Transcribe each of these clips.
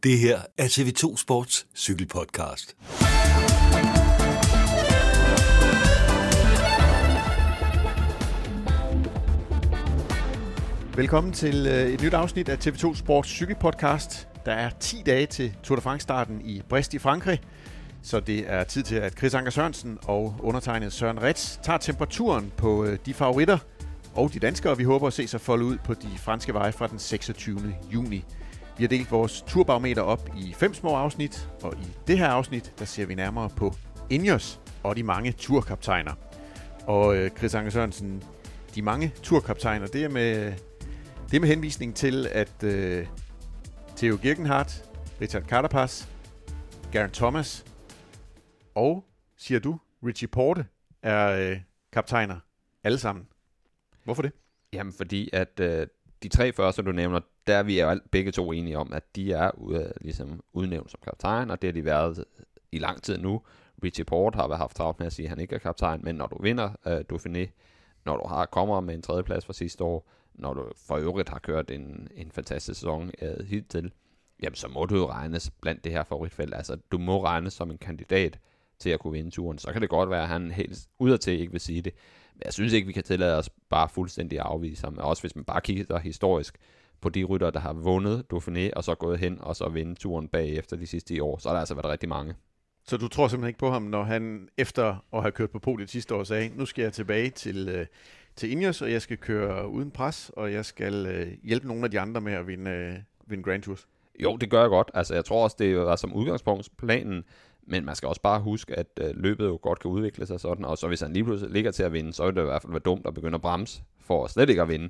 Det her er TV2 Sports cykelpodcast. Velkommen til et nyt afsnit af TV2 Sports cykelpodcast. Der er 10 dage til Tour de France-starten i Brest i Frankrig, så det er tid til, at Chris Anker Sørensen og undertegnet Søren Retz tager temperaturen på de favoritter og de danskere, vi håber at se sig folde ud på de franske veje fra den 26. juni. Vi har delt vores turbarometer op i 5 små afsnit, og i det her afsnit, der ser vi nærmere på Ineos og de mange turkaptajner. Og Chris Anker Sørensen, de mange turkaptajner, det er med henvisning til, at Theo Geoghegan, Richard Carapaz, Geraint Thomas og, siger du, Richie Porte er kaptajner alle sammen. Hvorfor det? Jamen fordi, at de 3 første, du nævner, der er vi jo begge to enige om, at de er ligesom udnævnt som kaptajn, og det har de været i lang tid nu. Richie Porte har haft travlt med at sige, at han ikke er kaptajn, men når du vinder Dauphiné, når du kommer med en 3. plads fra sidste år, når du for øvrigt har kørt en fantastisk sæson hidtil, jamen så må du jo regnes blandt det her favoritfelt. Altså, du må regnes som en kandidat til at kunne vinde turen. Så kan det godt være, at han helt udadtil ikke vil sige det. Men jeg synes ikke, vi kan tillade os bare fuldstændig at afvise ham. Også hvis man bare kigger historisk på de ryttere, der har vundet Dauphiné, og så gået hen og så vinde turen bagefter de sidste 10 år, så har der altså været rigtig mange. Så du tror simpelthen ikke på ham, når han efter at have kørt på podiet sidste år sagde, nu skal jeg tilbage til Ineos, og jeg skal køre uden pres, og jeg skal hjælpe nogle af de andre med at vinde Grand Tours? Jo, det gør jeg godt. Altså, jeg tror også, det var som udgangspunkt planen, men man skal også bare huske, at løbet jo godt kan udvikle sig sådan, og så hvis han lige pludselig ligger til at vinde, så vil det i hvert fald være dumt at begynde at bremse for slet ikke at vinde.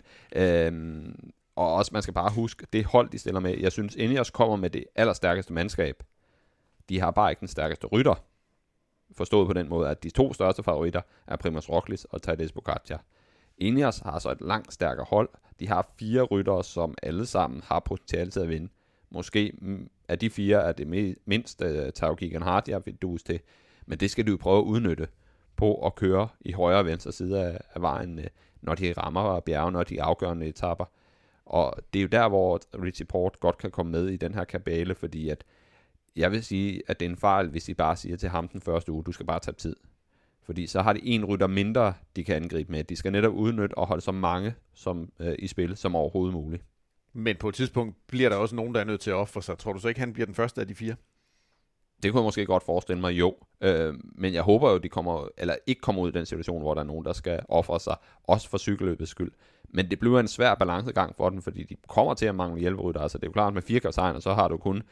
Og også, man skal bare huske, det hold, de stiller med. Jeg synes, Ineos kommer med det allerstærkeste mandskab. De har bare ikke den stærkeste rytter. Forstået på den måde, at de 2 største favoritter er Primož Roglič og Tadej Pogačar. Ineos har så et langt stærkere hold. De har 4 ryttere, som alle sammen har potentiale til at vinde. Måske af de 4 er det mindst Theo Geoghegan jeg vil dus til. Men det skal du jo prøve at udnytte på at køre i højre og venstre side af vejen, når de rammer bjergene og de afgørende etapper. Og det er jo der, hvor Richie Porte godt kan komme med i den her kabale, fordi at jeg vil sige, at det er en fejl, hvis de bare siger til ham den første uge, du skal bare tage tid. Fordi så har de en rytter mindre, de kan angribe med. De skal netop udnytte og holde så mange i spil som overhovedet muligt. Men på et tidspunkt bliver der også nogen, der er nødt til at ofre sig. Tror du så ikke, han bliver den første af de 4? Det kunne jeg måske godt forestille mig, jo. Men jeg håber jo, de ikke kommer ud i den situation, hvor der er nogen, der skal ofre sig, også for cykelløbets skyld. Men det bliver en svær balancegang for dem, fordi de kommer til at mangle hjælperytter. Altså det er jo klart, med 4 kaptajner, så har du kun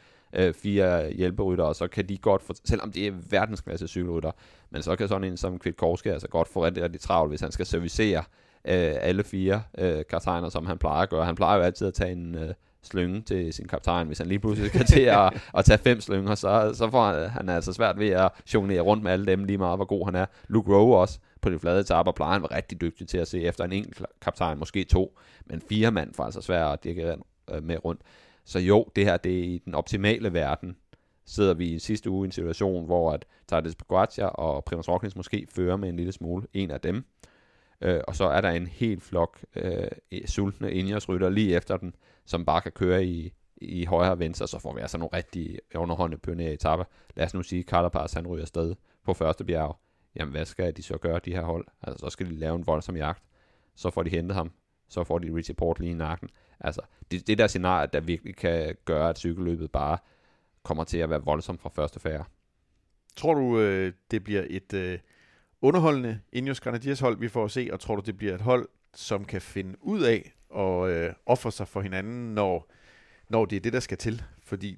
4 hjælperytter, og så kan de godt, selvom de er verdensklasse cykelrytter, men så kan sådan en som Kwiatkowski altså godt få rigtig travlt, hvis han skal servicere alle 4 kaptajner, som han plejer at gøre. Han plejer jo altid at tage en slynge til sin kaptajn. Hvis han lige pludselig skal til at tage 5 slynger, så får han altså svært ved at jonglere rundt med alle dem, lige meget hvor god han er. Luke Rowe også på de flade etaper plejer han var rigtig dygtig til at se efter en enkelt kaptajn, måske 2, men 4 mand får altså svært at dirigere med rundt. Så jo, det her, det er i den optimale verden. Sidder vi i sidste uge i en situation, hvor at Tadej Pogačar og Primož Roglič måske fører med en lille smule, en af dem. Og så er der en helt flok sultne Ineos-rytter lige efter den, som bare kan køre i højre og venstre, så får vi altså nogle rigtig underholdende pioneretapper. Lad os nu sige, at Carapaz han ryger afsted på første bjerg. Jamen hvad skal de så gøre, de her hold? Altså så skal de lave en voldsom jagt. Så får de hentet ham. Så får de Richie Porte lige i nakken. Altså det der scenarie, der virkelig kan gøre, at cykelløbet bare kommer til at være voldsomt fra første færd. Tror du, det bliver et underholdende Ineos Grenadiers hold, vi får at se, og tror du, det bliver et hold, som kan finde ud af at ofre sig for hinanden, når det er det, der skal til? Fordi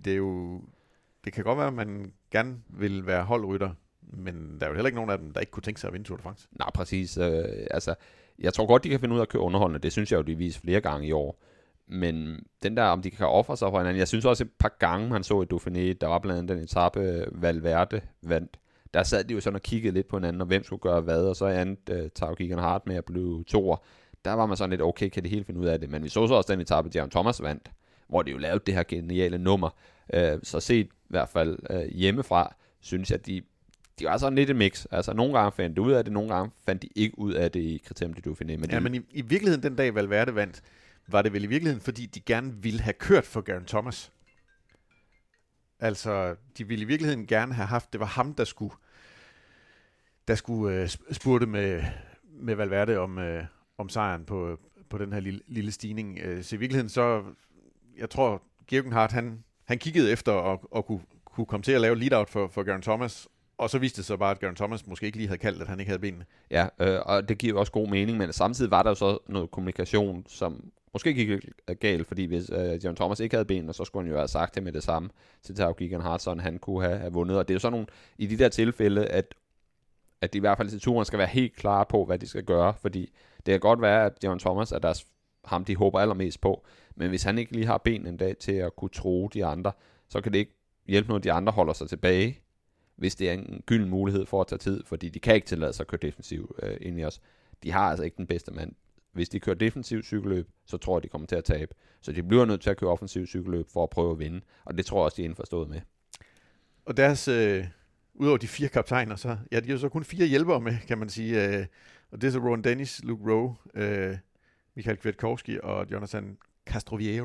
det kan godt være, at man gerne vil være holdrytter, men der er jo heller ikke nogen af dem, der ikke kunne tænke sig at vinde Tour de France. Nej, præcis. Altså, jeg tror godt, de kan finde ud af at køre underholdende. Det synes jeg jo, de viser flere gange i år. Men den der, om de kan ofre sig for hinanden, jeg synes også et par gange, man så i Dauphiné, der var blandt andet den etape, Valverde vandt. Der sad de jo sådan og kiggede lidt på hinanden, og hvem skulle gøre hvad, og så endte Theo Geoghegan med at blive 2'er. Der var man sådan lidt, okay, kan det helt finde ud af det. Men vi så også den etape, Geraint Thomas vandt, hvor de jo lavede det her geniale nummer. Så set i hvert fald hjemmefra, synes jeg, at de var sådan lidt et mix. Altså nogle gange fandt de ud af det, nogle gange fandt de ikke ud af det i Criterium du Dauphiné. Men i virkeligheden den dag Valverde vandt, var det vel i virkeligheden, fordi de gerne ville have kørt for Geraint Thomas? Altså, de ville i virkeligheden gerne have haft, det var ham, der skulle spurte med Valverde om sejren på den her lille stigning. Så i virkeligheden så, jeg tror, Geoghegan Hart, han kiggede efter at kunne komme til at lave lead-out for Geraint Thomas, og så viste det sig bare, at Geraint Thomas måske ikke lige havde kaldt, at han ikke havde benene. Ja, og det giver jo også god mening, men samtidig var der jo så noget kommunikation, som måske gik galt, fordi hvis Geraint Thomas ikke havde benene, så skulle han jo have sagt det med det samme til Tao Geoghegan Hart, så han kunne have vundet. Og det er jo sådan nogle, i de der tilfælde, at de i hvert fald til turen skal være helt klare på, hvad de skal gøre, fordi det kan godt være, at Geraint Thomas er ham, de håber allermest på, men hvis han ikke lige har benene en dag til at kunne true de andre, så kan det ikke hjælpe noget, de andre holder sig tilbage, hvis det er en gylden mulighed for at tage tid, fordi de kan ikke tillade sig at køre defensiv ind i os. De har altså ikke den bedste mand. Hvis de kører defensiv cykelløb, så tror jeg, de kommer til at tabe. Så de bliver nødt til at køre offensiv cykelløb for at prøve at vinde, og det tror jeg også, de er indforstået med. Og deres, udover de 4 kaptajner, så ja, de har så kun 4 hjælpere med, kan man sige. Og det er så Rowan Dennis, Luke Rowe, Michael Kwiatkowski og Jonathan Castroviero.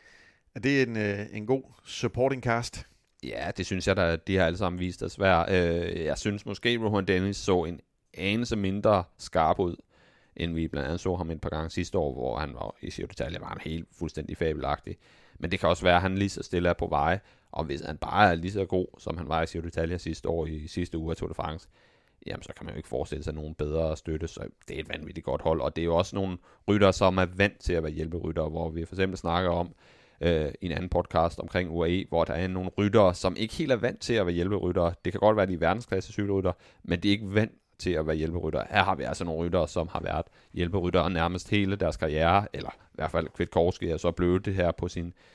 Er det en god supporting cast? Ja, det synes jeg da, de har alle sammen vist os værd. Jeg synes måske, Rowan Dennis så en anelse mindre skarp ud, end vi blandt andet så ham et par gange sidste år, hvor han var i Giro d'Italia, var han helt fuldstændig fabelagtig. Men det kan også være, at han lige så stille er på vej, og hvis han bare er lige så god, som han var i Giro d'Italia sidste år i sidste uge af Tour de France, jamen så kan man jo ikke forestille sig nogen bedre støtte, så det er et vanvittigt godt hold, og det er jo også nogle ryttere, som er vant til at være hjælperyttere, hvor vi for eksempel snakker om i en anden podcast omkring UAE, hvor der er nogle ryttere, som ikke helt er vant til at være hjælperyttere. Det kan godt være, at de er verdensklasse cykelryttere, men de er ikke vant til at være hjælperyttere. Her har vi altså nogle ryttere, som har været hjælperyttere nærmest hele deres karriere, eller i hvert fald Kwiatkowski er så blevet det her på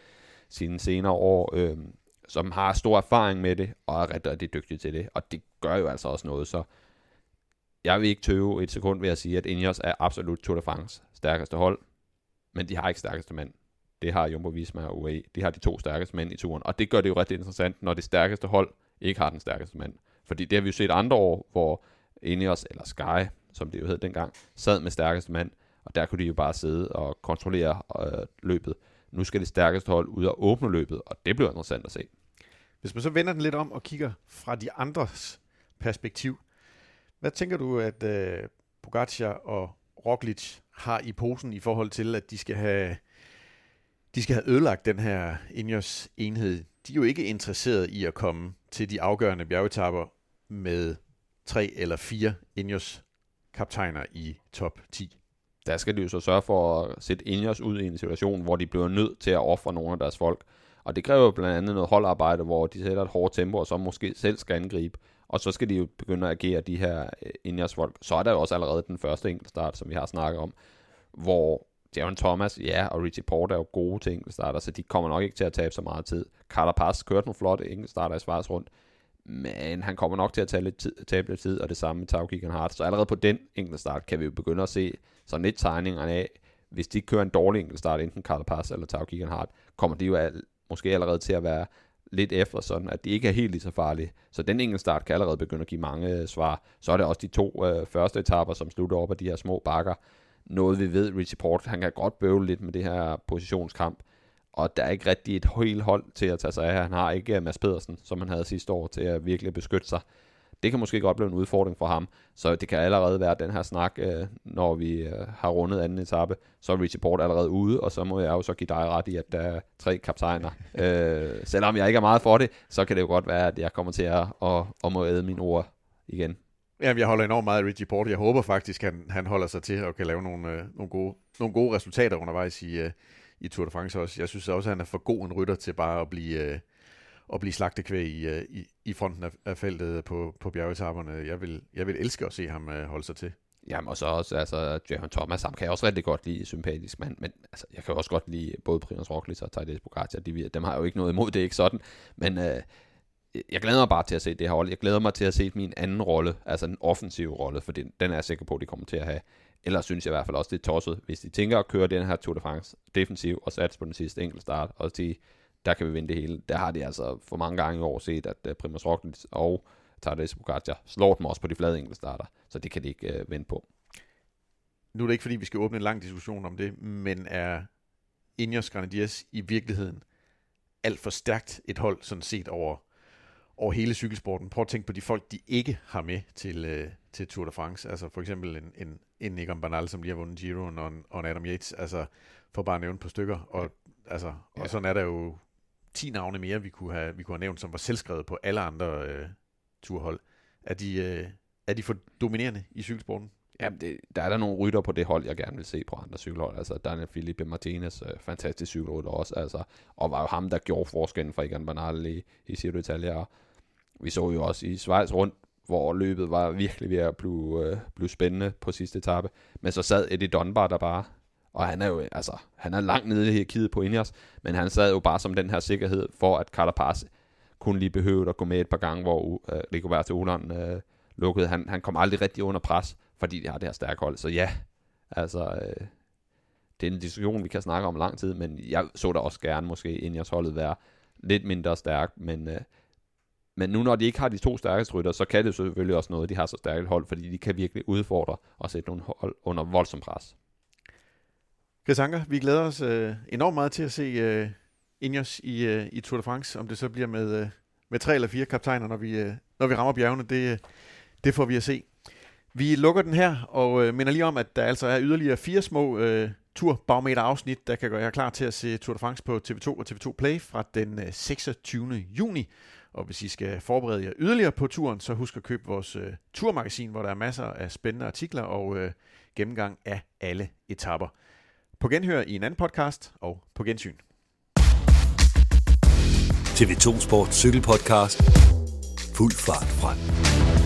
sine senere år, som har stor erfaring med det, og er rigtig, rigtig dygtig til det, og det gør jo altså også noget, så jeg vil ikke tøve et sekund ved at sige, at Ineos er absolut Tour de France stærkeste hold, men de har ikke stærkeste mand. Det har Jumbo Visma og UAE. De har de 2 stærkeste mænd i turen, og det gør det jo rigtig interessant, når det stærkeste hold ikke har den stærkeste mand. Fordi det har vi jo set andre år, hvor Ineos, eller Sky, som det jo hed dengang, sad med stærkeste mand, og der kunne de jo bare sidde og kontrollere løbet. Nu skal det stærkeste hold ud og åbne løbet, og det bliver interessant at se. Hvis man så vender den lidt om og kigger fra de andres perspektiv, hvad tænker du, at Pogačar og Roglic har i posen i forhold til, at de skal have ødelagt den her Ineos enhed? De er jo ikke interesseret i at komme til de afgørende bjergetapper med 3 eller 4 Ineos kaptajner i top 10. Der skal de jo så sørge for at sætte Ineos ud i en situation, hvor de bliver nødt til at ofre nogle af deres folk. Og det kræver blandt andet noget holdarbejde, hvor de sætter et hårdt tempo, og så måske selv skal angribe. Og så skal de jo begynde at agere de her Ineos folk. Så er der jo også allerede den første enkeltstart, som vi har snakket om, hvor Geraint Thomas, og Richie Porte er jo gode til enkeltstarter, så de kommer nok ikke til at tabe så meget tid. Carapaz kørte nogle flotte enkeltstarter i Schweiz rundt, men han kommer nok til at tabe lidt tid, og det samme med Tao Geoghegan Hart. Så allerede på den enkeltstart kan vi jo begynde at se sådan lidt tegningerne af, hvis de kører en dårlig enkeltstart, enten Carapaz eller Tao Geoghegan Hart, kommer de jo måske allerede til at være lidt efter, sådan at de ikke er helt lige så farlige. Så den enkeltstart kan allerede begynde at give mange svar. Så er det også de 2 første etaper, som slutter op af de her små bakker. Noget vi ved, Richie Porte, han kan godt bøvle lidt med det her positionskamp, og der er ikke rigtig et helt hold til at tage sig af. Han har ikke Mads Pedersen, som han havde sidste år, til at virkelig beskytte sig. Det kan måske godt blive en udfordring for ham, så det kan allerede være den her snak, når vi har rundet anden etape, så er Richie Porte allerede ude, og så må jeg jo så give dig ret i, at der er 3 kaptajner. Selvom jeg ikke er meget for det, så kan det jo godt være, at jeg kommer til at må æde mine ord igen. Jamen, jeg holder enormt meget af Richie Porte. Jeg håber faktisk, at han holder sig til at kan lave nogle gode resultater undervejs i Tour de France også. Jeg synes også, at han er for god en rytter til bare at blive slagtekvæg i fronten af feltet på bjergetapperne. Jeg vil elske at se ham holde sig til. Jamen, og så også, altså, Geraint Thomas, ham kan jeg også rigtig godt lide, sympatisk mand, men altså, jeg kan også godt lide både Primož Roglič og Tadej Pogačar. Dem har jeg jo ikke noget imod, det er ikke sådan, men jeg glæder mig bare til at se det her hold. Jeg glæder mig til at se min anden rolle, altså en offensiv rolle, for den er jeg sikker på, at de kommer til at have. Ellers synes jeg i hvert fald også, det er tosset, hvis de tænker at køre den her Tour de France defensiv og satse på den sidste enkeltstart, og sige, der kan vi vinde det hele. Der har de altså for mange gange i år set, at Primož Roglič og Tadej Pogačar slår dem også på de flade enkeltstarter, så det kan de ikke vende på. Nu er det ikke, fordi vi skal åbne en lang diskussion om det, men er Ineos Grenadiers i virkeligheden alt for stærkt et hold, sådan set over hele cykelsporten. Prøv at tænke på de folk, de ikke har med til Tour de France. Altså for eksempel en Egan Bernal, som lige har vundet Giroen, og en Adam Yates, altså for bare at nævne på stykker. Og sådan er der jo 10 navne mere, vi kunne have nævnt, som var selvskrevet på alle andre turhold. Er de for dominerende i cykelsporten? Ja, der er der nogle rytter på det hold, jeg gerne vil se på andre cykelhold. Altså Daniel Felipe Martinez, fantastisk cykelrytter også, altså, og var jo ham, der gjorde forskellen for Egan Bernal i Giro d'Italia. Og vi så jo også i Schweiz rundt, hvor løbet var virkelig ved at blive spændende på sidste etape. Men så sad Eddie Dunbar der bare, og han er jo, altså, han er langt nede i hierarkiet på Ineos, men han sad jo bare som den her sikkerhed for, at Carapaz kunne lige behøve at gå med et par gange, hvor Rigoberto Uran lukkede. Han kom aldrig rigtig under pres, fordi de har det her stærke hold. Så ja, altså, det er en diskussion, vi kan snakke om lang tid, men jeg så da også gerne måske Ineos holdet være lidt mindre stærkt, men nu når de ikke har de 2 stærkeste rytter, så kan det selvfølgelig også noget, de har så stærkt hold, fordi de kan virkelig udfordre og sætte nogle hold under voldsom pres. Chris Anker, vi glæder os enormt meget til at se Ineos i Tour de France, om det så bliver med 3 eller 4 kaptajner, når vi rammer bjergene, det får vi at se. Vi lukker den her, og minder lige om, at der altså er yderligere 4 små turbarometer-afsnit, der kan gøre jer klar til at se Tour de France på TV2 og TV2 Play fra den 26. juni. Og hvis I skal forberede jer yderligere på turen, så husk at købe vores turmagasin, hvor der er masser af spændende artikler og gennemgang af alle etaper. På genhør i en anden podcast, og på gensyn. TV2 Sport Cykelpodcast. Fuld fart frem.